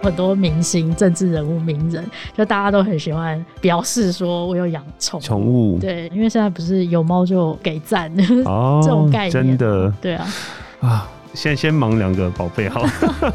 很多明星、政治人物、名人，就大家都很喜欢表示说我有养宠物。对，因为现在不是有猫就给赞哦，这种概念。 真的。 对啊。 现在先忙2个宝贝好了。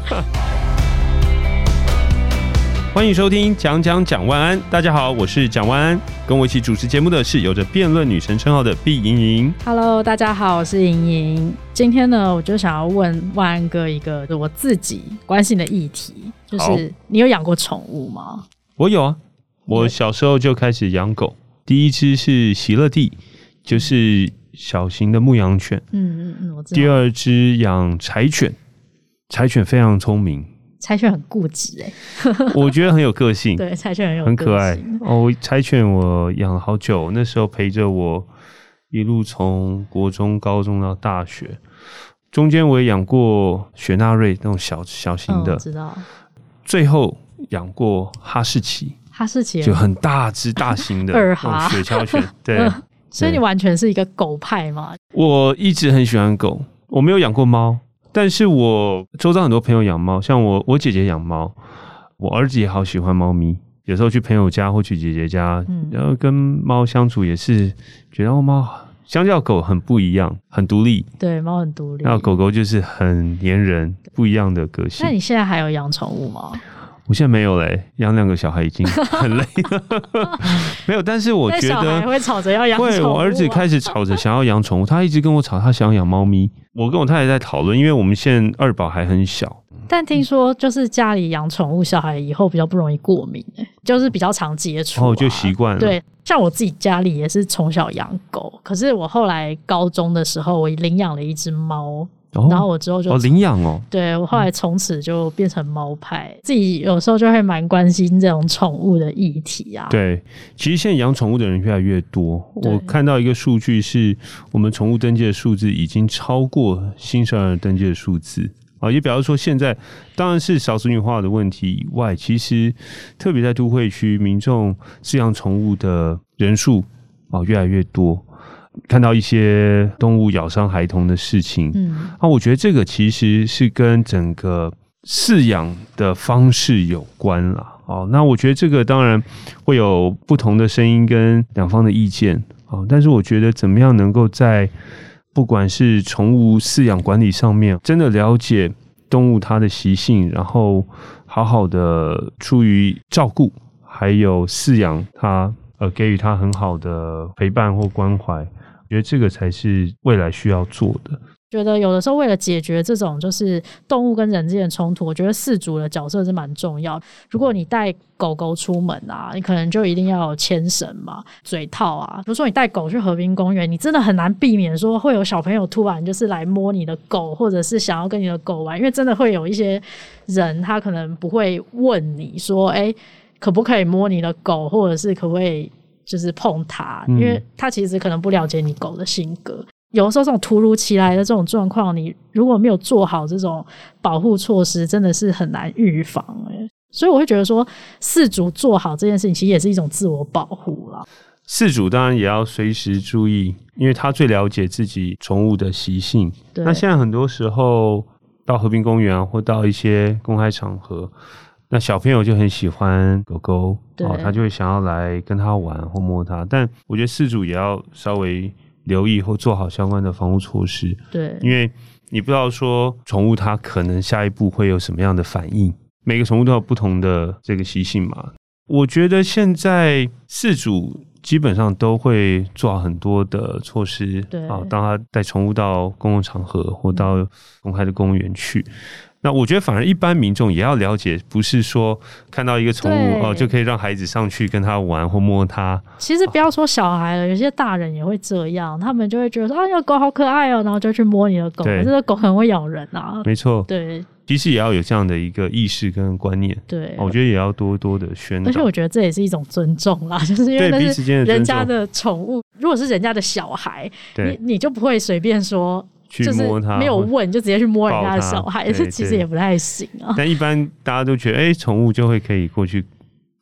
欢迎收听讲万安，大家好，我是蒋万安，跟我一起主持节目的是有着辩论女神称号的毕莹莹。 Hello， 大家好，我是莹莹。今天呢，我就想要问万安哥一个我自己关心的议题，就是你有养过宠物吗？ 我有啊，我小时候就开始养狗，第一只是喜乐蒂，就是小型的牧羊犬。我知道。第二只养柴犬，柴犬非常聪明。 柴犬很固执我觉得很有个性。 对，柴犬很可爱柴犬我养了好久，那时候陪着我一路从国中、高中到大学，中间我也养过雪纳瑞那种小型的， 知道。 最后养过哈士奇就很大只大型的二哈雪橇犬。对， 所以你完全是一个狗派吗？ 我一直很喜欢狗，我没有养过猫。但是我周遭很多朋友养猫，像我姐姐养猫，我儿子也好喜欢猫咪，有时候去朋友家或去姐姐家，然后跟猫相处也是觉得猫相较狗很不一样，很独立。 对，猫很独立。 那狗狗就是很黏人，不一样的个性。 那你现在还有养宠物吗？ 我现在没有嘞，养2个小孩已经很累了。没有，但是我觉得小孩会吵着要养宠物。 对，我儿子开始吵着想要养宠物，他一直跟我吵，他想要养猫咪。我跟我太太在讨论，因为我们现在2宝还很小。 但听说就是家里养宠物，小孩以后比较不容易过敏，就是比较常接触就习惯了。 对，像我自己家里也是从小养狗，可是我后来高中的时候，我领养了一只猫。然后我之后就领养对，我后来从此就变成猫派，自己有时候就会蛮关心这种宠物的议题啊。 对，其实现在养宠物的人越来越多，我看到一个数据是我们宠物登记的数字已经超过新生儿登记的数字也表示说现在当然是少子女化的问题以外，其实特别在都会区民众饲养宠物的人数越来越多。看到一些动物咬伤孩童的事情，我觉得这个其实是跟整个饲养的方式有关啦。那我觉得这个当然会有不同的声音跟两方的意见但是我觉得怎么样能够在不管是宠物饲养管理上面，真的了解动物它的习性，然后好好的出于照顾，还有饲养它，给予它很好的陪伴或关怀。我觉得这个才是未来需要做的。 觉得有的时候为了解决这种就是动物跟人之间的冲突，我觉得饲主的角色是蛮重要。如果你带狗狗出门你可能就一定要有牵绳嘛、嘴套比如说你带狗去河滨公园，你真的很难避免说会有小朋友突然就是来摸你的狗，或者是想要跟你的狗玩，因为真的会有一些人他可能不会问你说可不可以摸你的狗，或者是可不可以就是碰它，因为他其实可能不了解你狗的性格。有的时候这种突如其来的这种状况，你如果没有做好这种保护措施，真的是很难预防所以我会觉得说饲主做好这件事情其实也是一种自我保护啦。 饲主当然也要随时注意，因为他最了解自己宠物的习性。那现在很多时候到河滨公园或到一些公开场合，那小朋友就很喜欢狗狗他就会想要来跟他玩或摸它，但我觉得饲主也要稍微留意或做好相关的防护措施。 对， 因为你不知道说宠物它可能下一步会有什么样的反应，每个宠物都有不同的这个习性嘛。我觉得现在饲主基本上都会做好很多的措施当他带宠物到公共场合或到公开的公园去。那我觉得反而一般民众也要了解，不是说看到一个宠物就可以让孩子上去跟他玩或摸它。 其实不要说小孩了，有些大人也会这样，他们就会觉得说你的狗好可爱然后就去摸你的狗，可是这狗很会咬人没错， 对， 其实也要有这样的一个意识跟观念。 对， 我觉得也要多多的宣导。 而且我觉得这也是一种尊重啦，就是因为那是人家的宠物，如果是人家的小孩，你就不会随便说就是没有问就直接去摸人家的小孩，这其实也不太行但一般大家都觉得宠物就会可以过去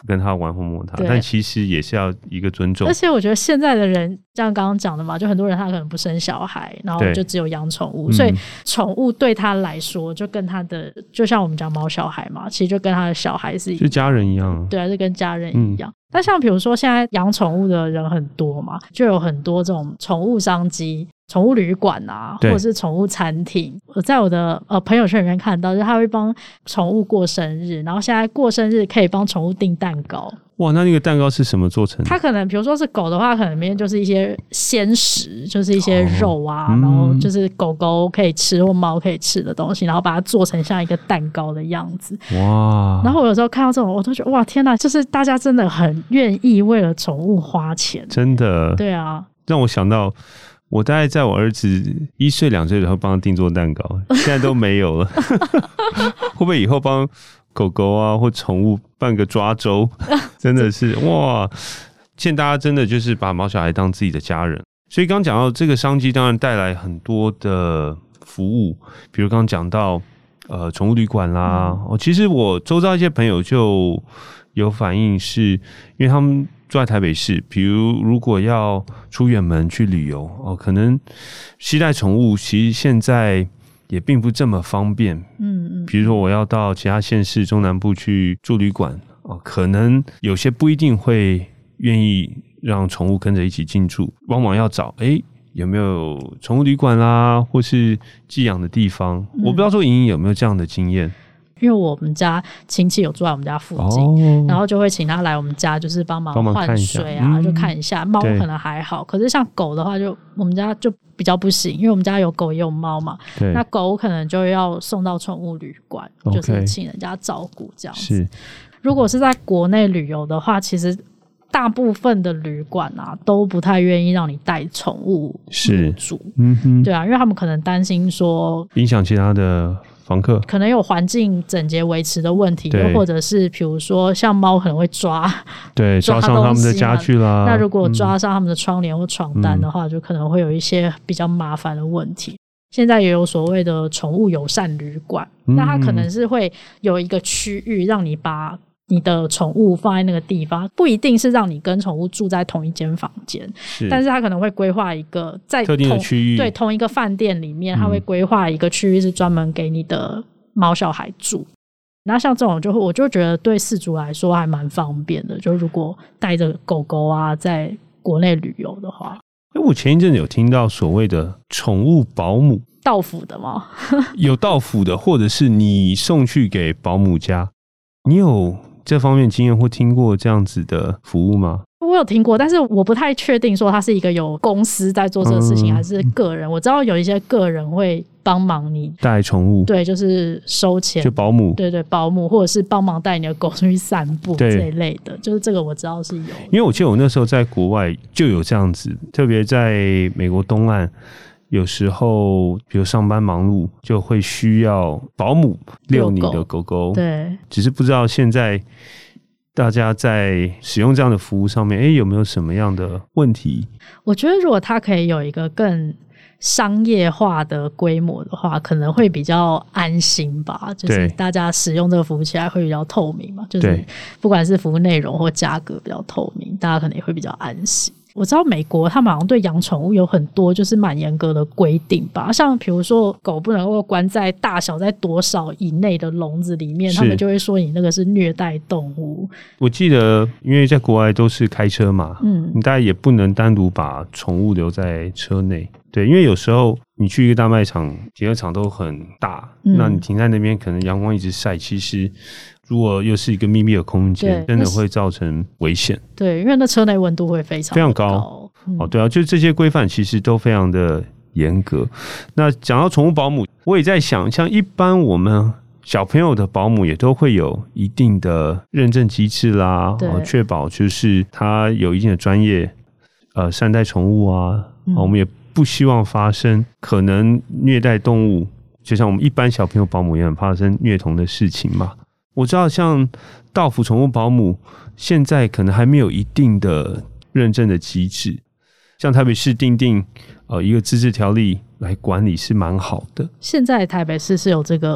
跟他玩或摸他，但其实也是要一个尊重。 而且我觉得现在的人像刚刚讲的嘛，就很多人他可能不生小孩，然后就只有养宠物，所以宠物对他来说就跟他的就像我们讲毛小孩嘛，其实就跟他的小孩是一样， 就家人一样。 对啊，就跟家人一样。但像比如说现在养宠物的人很多嘛，就有很多这种宠物商机，宠物旅馆啊，或者是宠物餐厅。我在我的朋友圈里面看到，就是他会帮宠物过生日，然后现在过生日可以帮宠物订蛋糕。 哇，那个蛋糕是什么做成的？ 它可能比如说是狗的话，可能里面就是一些鲜食，就是一些肉啊，然后就是狗狗可以吃或猫可以吃的东西，然后把它做成像一个蛋糕的样子。哇！然后我有时候看到这种，我都觉得哇，天哪！就是大家真的很愿意为了宠物花钱， 真的。对啊， 让我想到。我大概在我儿子1岁2岁的时候帮他订做蛋糕，现在都没有了。会不会以后帮狗狗啊或宠物办个抓周？真的是哇！现在大家真的就是把毛小孩当自己的家人，所以刚讲到这个商机，当然带来很多的服务，比如刚刚讲到宠物旅馆啦。其实我周遭一些朋友就有反映是，因为他们住在台北市，比如果要出远门去旅游可能携带宠物其实现在也并不这么方便。比如说我要到其他县市中南部去住旅馆可能有些不一定会愿意让宠物跟着一起进驻，往往要找有没有宠物旅馆啦，或是寄养的地方。我不知道说莹莹有没有这样的经验。 因为我们家亲戚有住在我们家附近，然后就会请他来我们家，就是帮忙换水啊，就看一下。猫可能还好，可是像狗的话就我们家就比较不行，因为我们家有狗也有猫嘛。那狗可能就要送到宠物旅馆，就是请人家照顾这样子。如果是在国内旅游的话，其实大部分的旅馆啊都不太愿意让你带宠物入住。对啊，因为他们可能担心说影响其他的房客， 可能有环境整洁维持的问题，又或者是比如说像猫可能会抓上他们的家具啦。 那如果抓上他们的窗帘或床单的话，就可能会有一些比较麻烦的问题。现在也有所谓的宠物友善旅馆，那它可能是会有一个区域让你把你的宠物放在那个地方，不一定是让你跟宠物住在同一间房间，但是他可能会规划一个在特定的区域， 对，同一个饭店里面，他会规划一个区域是专门给你的猫小孩住。那像这种我就觉得对饲主来说还蛮方便的，就如果带着狗狗啊在国内旅游的话。 我前一阵子有听到所谓的宠物保姆， 到府的吗？ 有到府的，或者是你送去给保姆家，你有这方面经验或听过这样子的服务吗？ 我有听过，但是我不太确定说它是一个有公司在做这个事情，还是个人。我知道有一些个人会帮忙你带宠物， 对，就是收钱， 就保姆， 对，保姆，或者是帮忙带你的狗出去散步这一类的，就是这个我知道是有。 因为我记得我那时候在国外就有这样子，特别在美国东岸。有时候比如上班忙碌就会需要保姆遛你的狗狗， 对， 只是不知道现在大家在使用这样的服务上面有没有什么样的问题。 我觉得如果它可以有一个更商业化的规模的话，可能会比较安心吧，就是大家使用这个服务起来会比较透明嘛，就是不管是服务内容或价格比较透明，大家可能也会比较安心。我知道美国他们好像对养宠物有很多就是蛮严格的规定吧，像比如说狗不能够关在大小在多少以内的笼子里面，他们就会说你那个是虐待动物。 我记得因为在国外都是开车嘛，你大概也不能单独把宠物留在车内，对，因为有时候你去一个大卖场停车场都很大，那你停在那边可能阳光一直晒，其实如果又是一个密闭的空间，真的会造成危险。对， 因为那车内温度会非常高。对啊，就这些规范其实都非常的严格。那讲到宠物保姆，我也在想，像一般我们小朋友的保姆也都会有一定的认证机制啦，确保就是他有一定的专业，善待宠物啊。我们也不希望发生可能虐待动物，就像我们一般小朋友保姆也很怕发生虐童的事情嘛。我知道像到府宠物保姆现在可能还没有一定的认证的机制，像台北市订定一个自治条例来管理是蛮好的。 现在台北市是有这个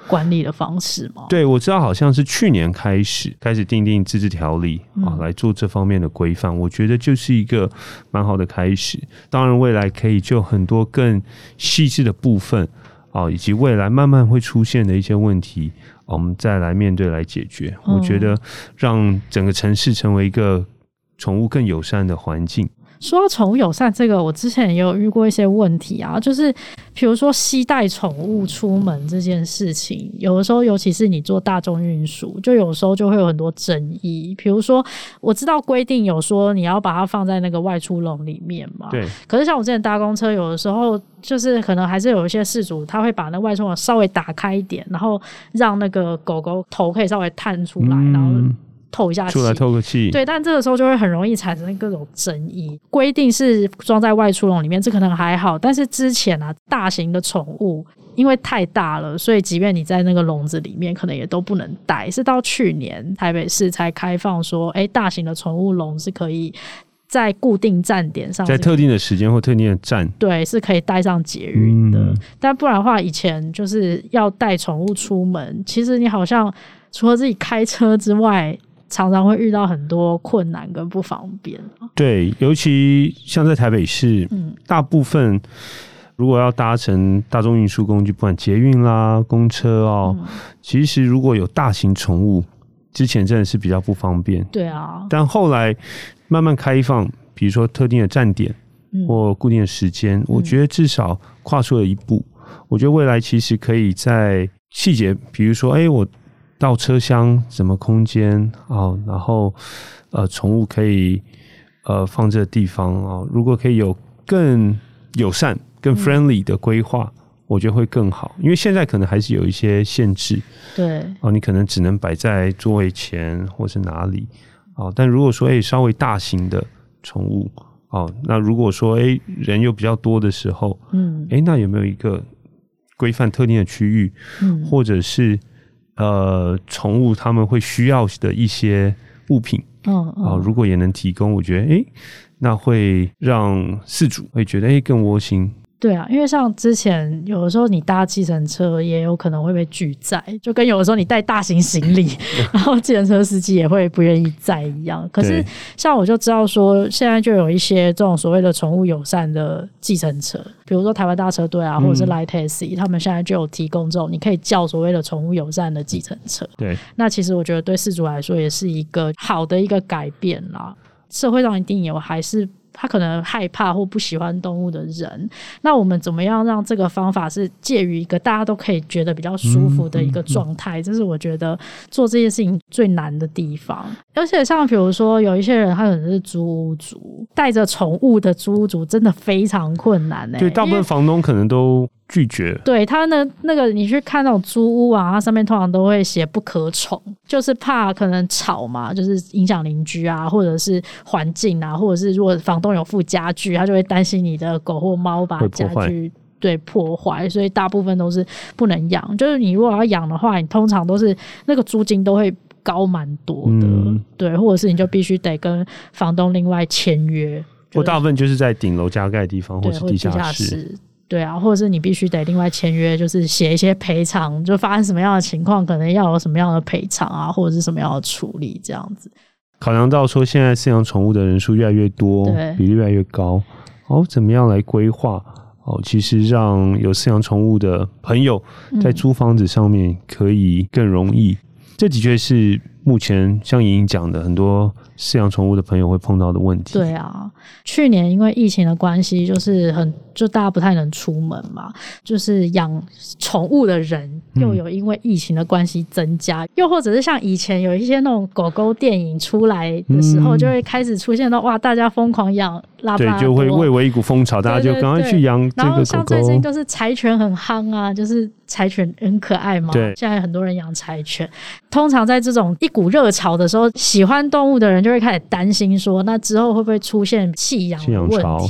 管理的方式吗？ 对，我知道好像是去年开始订定自治条例来做这方面的规范，我觉得就是一个蛮好的开始。当然未来可以就很多更细致的部分以及未来慢慢会出现的一些问题，我们再来面对来解决。我觉得让整个城市成为一个宠物更友善的环境。 说到宠物友善这个，我之前也有遇过一些问题啊，就是比如说携带宠物出门这件事情，有的时候尤其是你做大众运输，就有时候就会有很多争议。比如说我知道规定有说你要把它放在那个外出笼里面嘛， 对。 可是像我之前搭公车，有的时候就是可能还是有一些饲主他会把那外出笼稍微打开一点，然后让那个狗狗头可以稍微探出来，然后透一下气， 出来透个气， 对，但这个时候就会很容易产生各种争议。规定是装在外出笼里面，这可能还好，但是之前大型的宠物因为太大了，所以即便你在那个笼子里面，可能也都不能带。是到去年台北市才开放说，大型的宠物笼是可以在固定站点上， 在特定的时间或特定的站， 对，是可以带上捷运的。但不然的话，以前就是要带宠物出门，其实你好像除了自己开车之外，常常会遇到很多困难跟不方便。 对，尤其像在台北市，大部分如果要搭乘大众运输工具，不管捷运啦、公车其实如果有大型宠物，之前真的是比较不方便。 对啊， 但后来慢慢开放，比如说特定的站点或固定的时间，我觉得至少跨出了一步。我觉得未来其实可以在细节，比如说我到车厢什么空间然后宠物可以放这个地方如果可以有更友善更 friendly 的规划，我觉得会更好。因为现在可能还是有一些限制， 对你可能只能摆在座位前或是哪里但如果说稍微大型的宠物那如果说人又比较多的时候那有没有一个规范特定的区域或者是宠物他们会需要的一些物品如果也能提供，我觉得那会让饲主会觉得更窝心。 对啊，因为像之前有的时候你搭计程车也有可能会被拒载，就跟有的时候你带大型行李然后计程车司机也会不愿意载一样。可是像我就知道说现在就有一些这种所谓的宠物友善的计程车，比如说台湾大车队或者是 Light Taxi，他们现在就有提供这种你可以叫所谓的宠物友善的计程车。 对， 那其实我觉得对饲主来说也是一个好的一个改变啦。社会上一定有还是他可能害怕或不喜欢动物的人，那我们怎么样让这个方法是介于一个大家都可以觉得比较舒服的一个状态，这是我觉得做这件事情最难的地方。而且像比如说有一些人他可能是租屋族，带着宠物的租屋族真的非常困难对，大部分房东可能都拒绝。 对，他那个你去看那种租屋它上面通常都会写不可宠，就是怕可能吵嘛，就是影响邻居或者是环境或者是如果房东有附家具，他就会担心你的狗或猫把家具破坏，所以大部分都是不能养。就是你如果要养的话，你通常都是那个租金都会高蛮多的，对，或者是你就必须得跟房东另外签约， 或大部分就是在顶楼加盖的地方或是地下室。 对啊，或者是你必须得另外签约，就是写一些赔偿，就发生什么样的情况可能要有什么样的赔偿或者是什么样的处理这样子。 考量到说现在饲养宠物的人数越来越多，比例越来越高，怎么样来规划其实让有饲养宠物的朋友在租房子上面可以更容易。这的确是目前像莹莹讲的很多饲养宠物的朋友会碰到的问题。 对啊，去年因为疫情的关系，就大家不太能出门嘛，就是养宠物的人又有因为疫情的关系增加，又或者是像以前有一些那种狗狗电影出来的时候，就会开始出现到大家疯狂养拉布拉多， 对，就会蔚为一股风潮，大家就赶快去养这个狗狗。 然后像最近就是柴犬很夯就是柴犬很可爱嘛， 对， 现在很多人养柴犬。通常在这种一股热潮的时候，喜欢动物的人就会开始担心说，那之后会不会出现弃养的问题？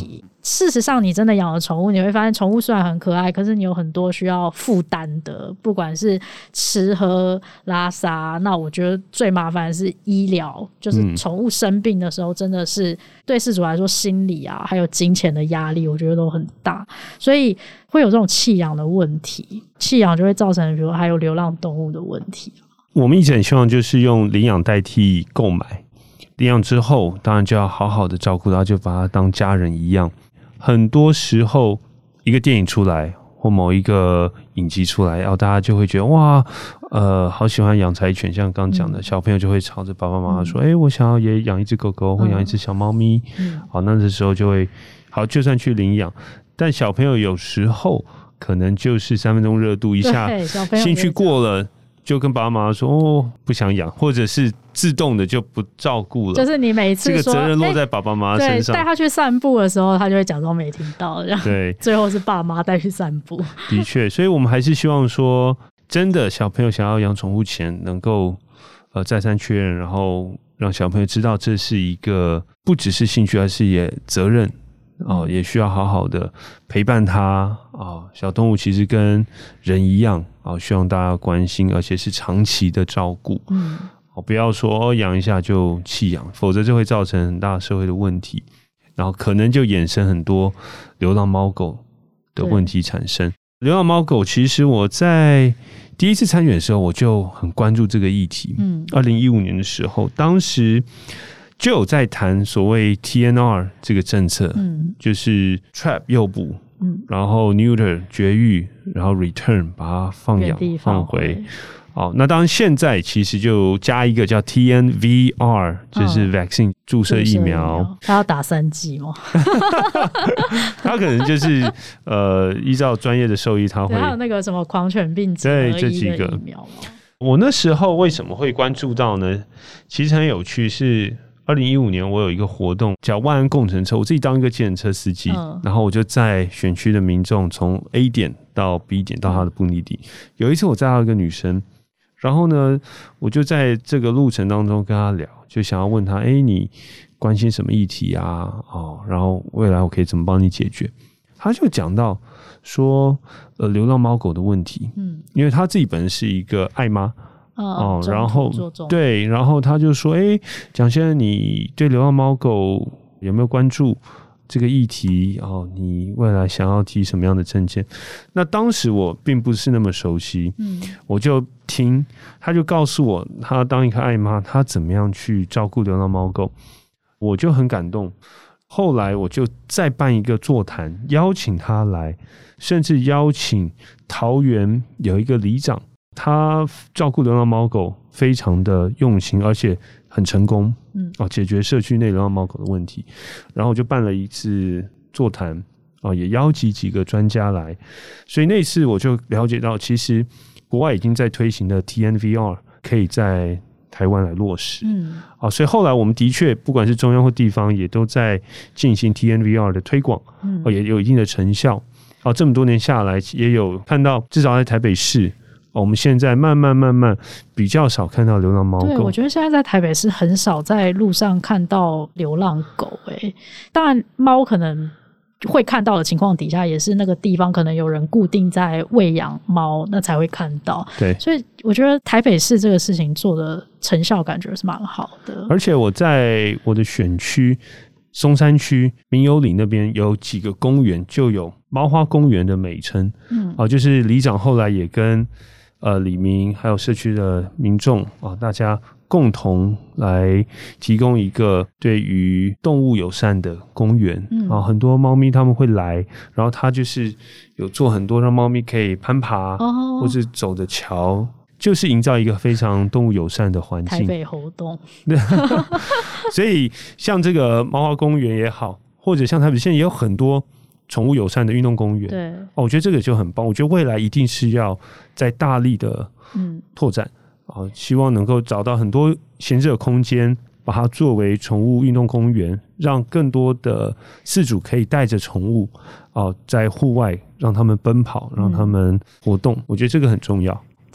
事实上你真的养了宠物，你会发现宠物虽然很可爱，可是你有很多需要负担的，不管是吃喝拉撒，那我觉得最麻烦的是医疗，就是宠物生病的时候真的是对饲主来说心理啊还有金钱的压力我觉得都很大，所以会有这种弃养的问题，弃养就会造成比如还有流浪动物的问题。 我们一直很希望就是用领养代替购买，领养之后当然就要好好的照顾它，就把它当家人一样。很多时候一个电影出来或某一个影集出来，然后大家就会觉得哇好喜欢养柴犬，像刚刚讲的，小朋友就会朝着爸爸妈妈说我想要也养一只狗狗或养一只小猫咪，好，那这时候就会好，就算去领养，但小朋友有时候可能就是3分钟热度，一下兴趣过了就跟爸爸妈妈说不想养，或者是自动的就不照顾了， 就是你每次说这个责任落在爸爸妈妈身上， 对，带他去散步的时候他就会假装没听到，这样对， 最后是爸妈带去散步。 的确，所以我们还是希望说真的小朋友想要养宠物前能够再三确认，然后让小朋友知道这是一个不只是兴趣而是也责任也需要好好的陪伴他小动物其实跟人一样希望大家关心，而且是长期的照顾，不要说养一下就弃养，否则这会造成很大的社会的问题，然后可能就衍生很多流浪猫狗的问题产生。流浪猫狗其实我在第一次参选的时候我就很关注这个议题，2015年的时候当时就有在谈所谓 TNR 这个政策，就是 trap 诱捕，然后 neuter 绝育，然后 return 把它放养放回。那当然现在其实就加一个叫 TNVR， 就是 vaccine 注射疫苗， 他要打3剂吗？ 他可能就是依照专业的兽医，他会还有那个什么狂犬病对这几个疫苗吗？ 我那时候为什么会关注到呢？其实很有趣，是2015年我有一个活动叫万安共乘车，我自己当一个计程车司机，然后我就载选区的民众从 A 点到 B 点到他的目的地。有一次我载到一个女生，然后呢我就在这个路程当中跟她聊，就想要问她你关心什么议题啊然后未来我可以怎么帮你解决。她就讲到说流浪猫狗的问题，因为她自己本身是一个爱妈然后对，然后他就说蒋先生你对流浪猫狗有没有关注这个议题你未来想要提什么样的政见？那当时我并不是那么熟悉，我就听他就告诉我他当一个爱妈他怎么样去照顾流浪猫狗，我就很感动。后来我就再办一个座谈，邀请他来，甚至邀请桃园有一个里长，他照顾流浪猫狗非常的用心，而且很成功，解决社区内流浪猫狗的问题。然后我就办了一次座谈，也邀集几个专家来，所以那次我就了解到，其实国外已经在推行的 TNVR 可以在台湾来落实，所以后来我们的确不管是中央或地方也都在进行 TNVR 的推广，也有一定的成效。这么多年下来也有看到，至少在台北市我们现在慢慢比较少看到流浪猫狗。 对，我觉得现在在台北市很少在路上看到流浪狗当然猫可能会看到的情况底下，也是那个地方可能有人固定在喂养猫，那才会看到。 对， 所以我觉得台北市这个事情做的成效感觉是蛮好的。 而且我在我的选区松山区民有里那边有几个公园就有猫花公园的美称，就是里长后来也跟里民还有社区的民众大家共同来提供一个对于动物友善的公园，很多猫咪他们会来，然后他就是有做很多让猫咪可以攀爬或是走的桥，就是营造一个非常动物友善的环境。 台北猴洞所以像这个猫花公园也好，或者像台北现在也有很多宠物友善的运动公园， 对我觉得这个就很棒。我觉得未来一定是要在大力的拓展，希望能够找到很多闲置的空间，把它作为宠物运动公园，让更多的饲主可以带着宠物在户外让他们奔跑，让他们活动，我觉得这个很重要。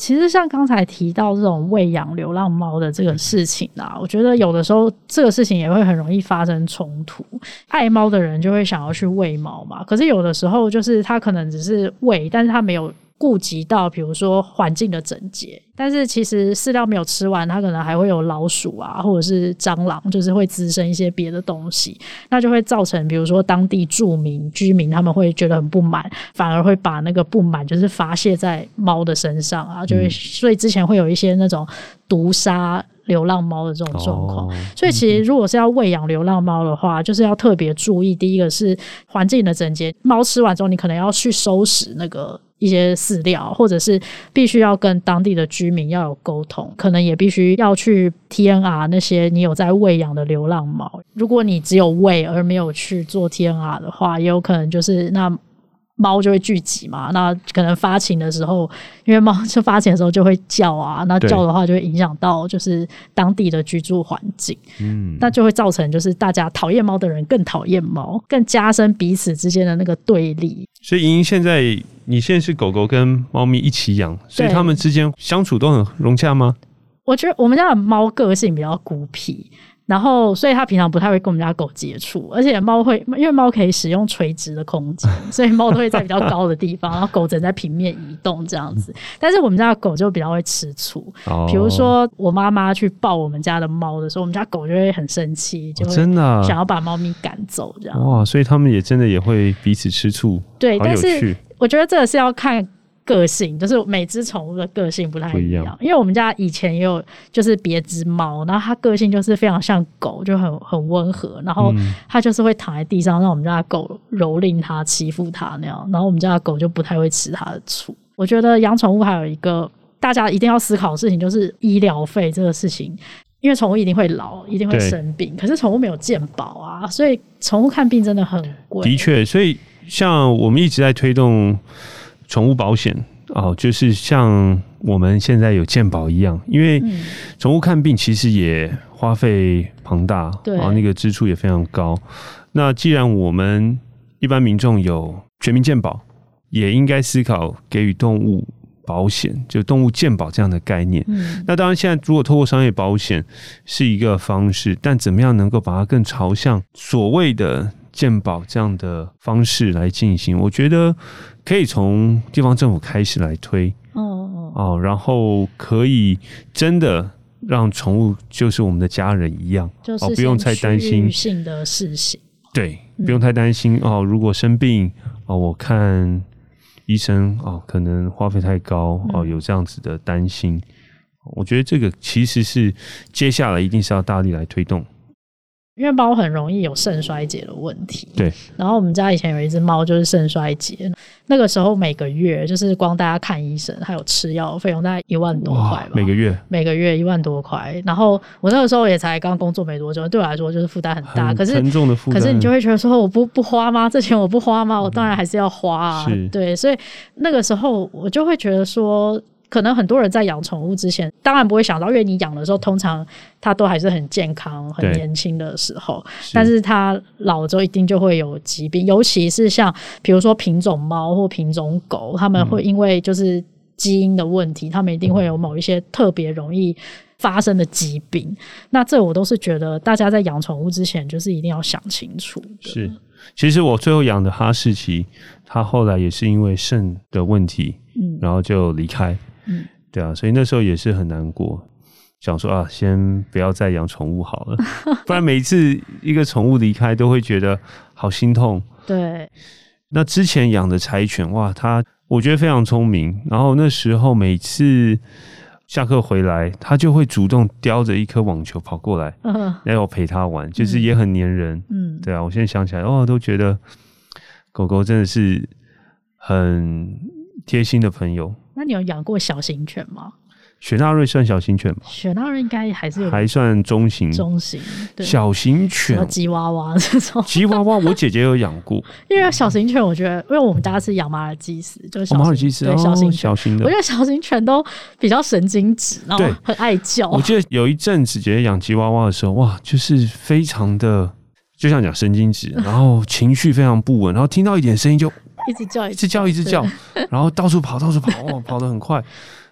其实像刚才提到这种喂养流浪猫的这个事情啊，我觉得有的时候这个事情也会很容易发生冲突。爱猫的人就会想要去喂猫嘛，可是有的时候就是他可能只是喂，但是他没有顾及到比如说环境的整洁，但是其实饲料没有吃完，它可能还会有老鼠啊，或者是蟑螂，就是会滋生一些别的东西，那就会造成比如说当地居民他们会觉得很不满，反而会把那个不满就是发泄在猫的身上啊，就会所以之前会有一些那种毒杀流浪猫的这种状况，所以其实如果是要喂养流浪猫的话，就是要特别注意，第一个是环境的整洁，猫吃完之后你可能要去收拾那个一些饲料，或者是必须要跟当地的居民要有沟通，可能也必须要去 TNR 那些你有在喂养的流浪猫。如果你只有喂而没有去做 TNR 的话，也有可能就是那猫就会聚集嘛，那可能发情的时候，因为猫就发情的时候就会叫啊，那叫的话就会影响到就是当地的居住环境，那就会造成就是大家讨厌猫的人更讨厌猫，更加深彼此之间的那个对立。 所以莹莹你现在是狗狗跟猫咪一起养，所以他们之间相处都很融洽吗？ 我觉得我们家的猫个性比较孤僻，然后所以它平常不太会跟我们家狗接触，而且因为猫可以使用垂直的空间，所以猫都会在比较高的地方，然后狗只能在平面移动这样子。但是我们家的狗就比较会吃醋，比如说我妈妈去抱我们家的猫的时候，我们家狗就会很生气，就会想要把猫咪赶走这样。 哇，所以他们也真的也会彼此吃醋， 对，但是我觉得这个是要看个性，就是每只宠物的个性不太一样。因为我们家以前也有就是别只猫，然后它个性就是非常像狗，就很温和，然后它就是会躺在地上让我们家的狗蹂躏它欺负它那样，然后我们家的狗就不太会吃它的醋。我觉得养宠物还有一个大家一定要思考的事情，就是医疗费这个事情，因为宠物一定会老，一定会生病，可是宠物没有健保啊，所以宠物看病真的很贵。 的确，所以像我们一直在推动宠物保险就是像我们现在有健保一样，因为宠物看病其实也花费庞大，那个支出也非常高。那既然我们一般民众有全民健保，也应该思考给予动物保险，就动物健保这样的概念。那当然，现在如果透过商业保险是一个方式，但怎么样能够把它更朝向所谓的健保这样的方式来进行，我觉得可以从地方政府开始来推然后可以真的让宠物就是我们的家人一样， 就是不用太担心区域性的事情， 对，不用太担心如果生病我看医生可能花费太高有这样子的担心。我觉得这个其实是接下来一定是要大力来推动。 因为猫很容易有肾衰竭的问题， 对。 然后我们家以前有一只猫就是肾衰竭，那个时候每个月就是光大家看医生还有吃药费用大概1万多块吧， 每个月1 万多块。然后我那个时候也才刚工作没多久，对我来说就是负担很大，可是沉重的负担。 可是你就会觉得说我不花吗？这钱我不花吗？我当然还是要花啊。对，所以那个时候我就会觉得说，可能很多人在养宠物之前当然不会想到，因为你养的时候通常它都还是很健康很年轻的时候，但是它老了之后一定就会有疾病，尤其是像比如说品种猫或品种狗，他们会因为就是基因的问题，他们一定会有某一些特别容易发生的疾病。那这我都是觉得大家在养宠物之前就是一定要想清楚的。 是，其实我最后养的哈士奇，它后来也是因为肾的问题然后就离开对啊，所以那时候也是很难过，想说先不要再养宠物好了不然每一次一个宠物离开都会觉得好心痛。 对， 那之前养的柴犬它我觉得非常聪明，然后那时候每次下课回来它就会主动叼着一颗网球跑过来要我陪它玩，就是也很黏人对啊，我现在想起来都觉得狗狗真的是很贴心的朋友。 那你有养过小型犬吗？ 雪纳瑞算小型犬吗？ 雪纳瑞应该还是还算中型，对。小型犬吉娃娃这种， 吉娃娃我姐姐有养过因为小型犬我觉得，因为我们家是养马尔济斯，就是马尔济斯， 对，小型的。 我觉得小型犬都比较神经质，然后很爱叫。 我记得有一阵子姐姐养吉娃娃的时候就是非常的就像讲神经质然后情绪非常不稳，然后听到一点声音就一直叫然后到处跑跑得很快。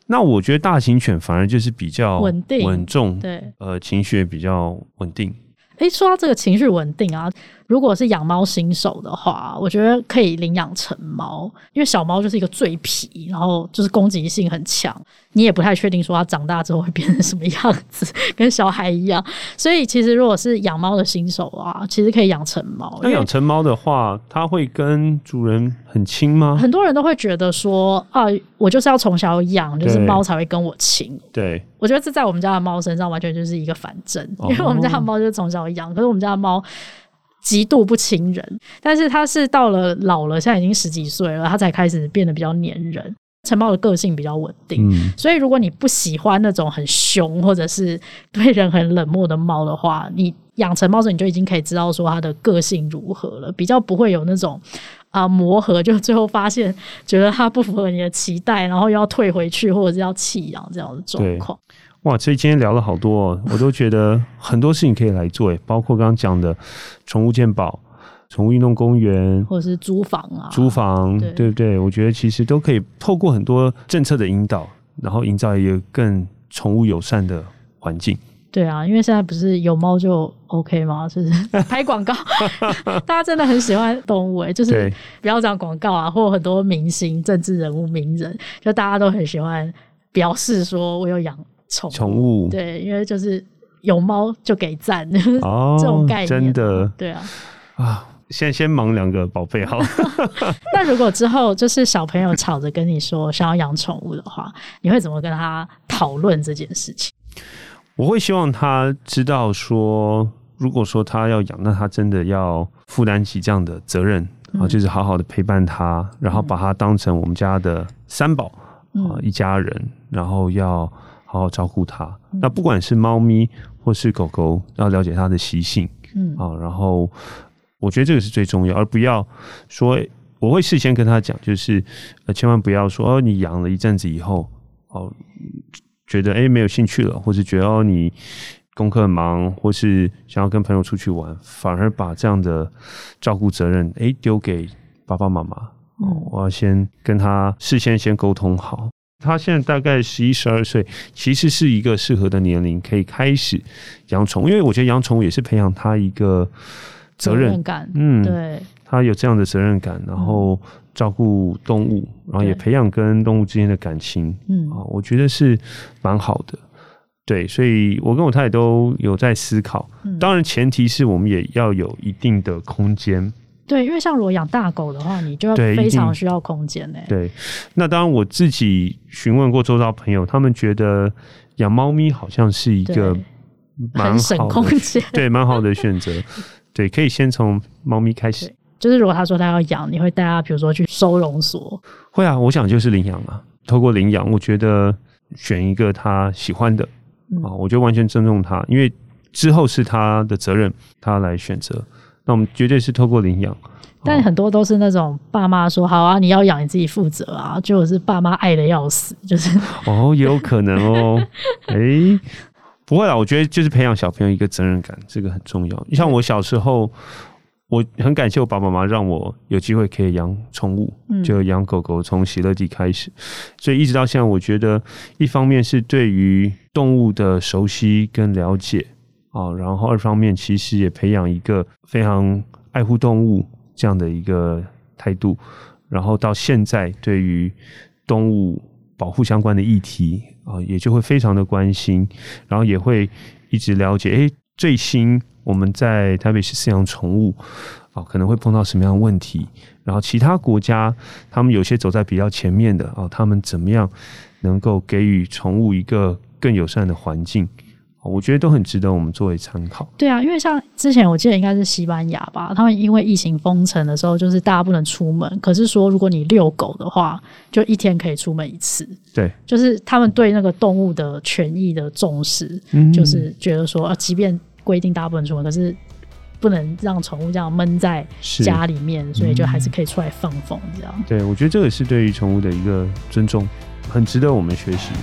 那我觉得大型犬反而就是比较稳定稳重， 对， 情绪也比较稳定。 说到这个情绪稳定啊，如果是养猫新手的话，我觉得可以领养成猫，因为小猫就是一个最皮，然后就是攻击性很强，你也不太确定说它长大之后会变成什么样子，跟小孩一样。所以其实如果是养猫的新手啊，其实可以养成猫。 那养成猫的话，它会跟主人很亲吗？ 很多人都会觉得说啊，我就是要从小养，就是猫才会跟我亲。 对， 我觉得这在我们家的猫身上完全就是一个反证，因为我们家的猫就是从小养，可是我们家的猫极度不亲人，但是它是到了老了，现在已经10几岁了，它才开始变得比较黏人。成猫的个性比较稳定，所以如果你不喜欢那种很凶或者是对人很冷漠的猫的话，你养成猫时你就已经可以知道说它的个性如何了，比较不会有那种磨合，就最后发现觉得它不符合你的期待，然后又要退回去或者是要弃养这样的状况。 哇，所以今天聊了好多我都觉得很多事情可以来做包括刚刚讲的宠物健保、宠物运动公园， 或者是租房对不对？我觉得其实都可以透过很多政策的引导，然后营造一个更宠物友善的环境。 对啊，因为现在不是有猫就 OK 吗？就是拍广告大家真的很喜欢动物就是不要讲广告或有很多明星、政治人物、名人，就大家都很喜欢表示说我有养宠物，对，因为就是有猫就给赞这种概念真的， 对啊现在先忙2个宝贝好了那如果之后就是小朋友吵着跟你说想要养宠物的话，你会怎么跟他讨论这件事情？ 我会希望他知道说，如果说他要养，那他真的要负担起这样的责任就是好好的陪伴他，然后把他当成我们家的三宝一家人，然后要好好照顾他。那不管是猫咪或是狗狗，要了解它的习性然后我觉得这个是最重要，而不要说我会事先跟他讲，就是千万不要说你养了一阵子以后觉得没有兴趣了，或是觉得你功课很忙，或是想要跟朋友出去玩，反而把这样的照顾责任丢给爸爸妈妈。我要先跟他事先沟通好。他现在大概11、12岁，其实是一个适合的年龄，可以开始养宠物，因为我觉得养宠物也是培养他一个责任感。对，他有这样的责任感，然后照顾动物，然后也培养跟动物之间的感情。我觉得是蛮好的。对，所以我跟我太太都有在思考。当然，前提是我们也要有一定的空间。 对，因为像如果养大狗的话，你就要非常需要空间对，那当然我自己询问过周遭朋友，他们觉得养猫咪好像是一个蛮好的，对，蛮好的选择。对，可以先从猫咪开始。 就是如果他说他要养，你会带他比如说去收容所？ 会啊，我想就是领养透过领养，我觉得选一个他喜欢的我就完全尊重他，因为之后是他的责任，他来选择。那我们绝对是透过领养， 但很多都是那种爸妈说好啊，你要养你自己负责结果是爸妈爱的要死，就是也有可能不会啦，我觉得就是培养小朋友一个责任感，这个很重要。像我小时候，我很感谢我爸爸妈妈让我有机会可以养宠物，就养狗狗，从喜乐蒂开始，所以一直到现在，我觉得一方面是对于动物的熟悉跟了解然后二方面其实也培养一个非常爱护动物这样的一个态度，然后到现在对于动物保护相关的议题也就会非常的关心，然后也会一直了解最新我们在台北市饲养宠物可能会碰到什么样的问题，然后其他国家他们有些走在比较前面的他们怎么样能够给予宠物一个更友善的环境，我觉得都很值得我们作为参考。 对啊，因为像之前我记得应该是西班牙吧，他们因为疫情封城的时候，就是大家不能出门，可是说如果你遛狗的话，就1天可以出门1次。 对， 就是他们对那个动物的权益的重视，就是觉得说即便规定大家不能出门，可是不能让宠物这样闷在家里面，所以就还是可以出来放风这样。 对，我觉得这个是对于宠物的一个尊重，很值得我们学习。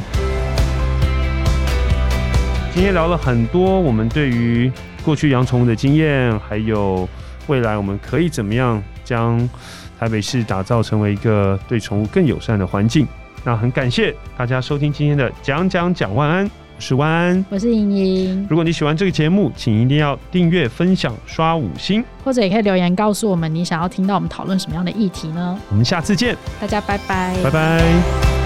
今天聊了很多我们对于过去养宠物的经验，还有未来我们可以怎么样将台北市打造成为一个对宠物更友善的环境。 那很感谢大家收听今天的讲万安，我是万安， 我是莹莹。 如果你喜欢这个节目，请一定要订阅、分享、刷5星， 或者也可以留言告诉我们你想要听到我们讨论什么样的议题呢？ 我们下次见， 大家拜拜， 拜拜。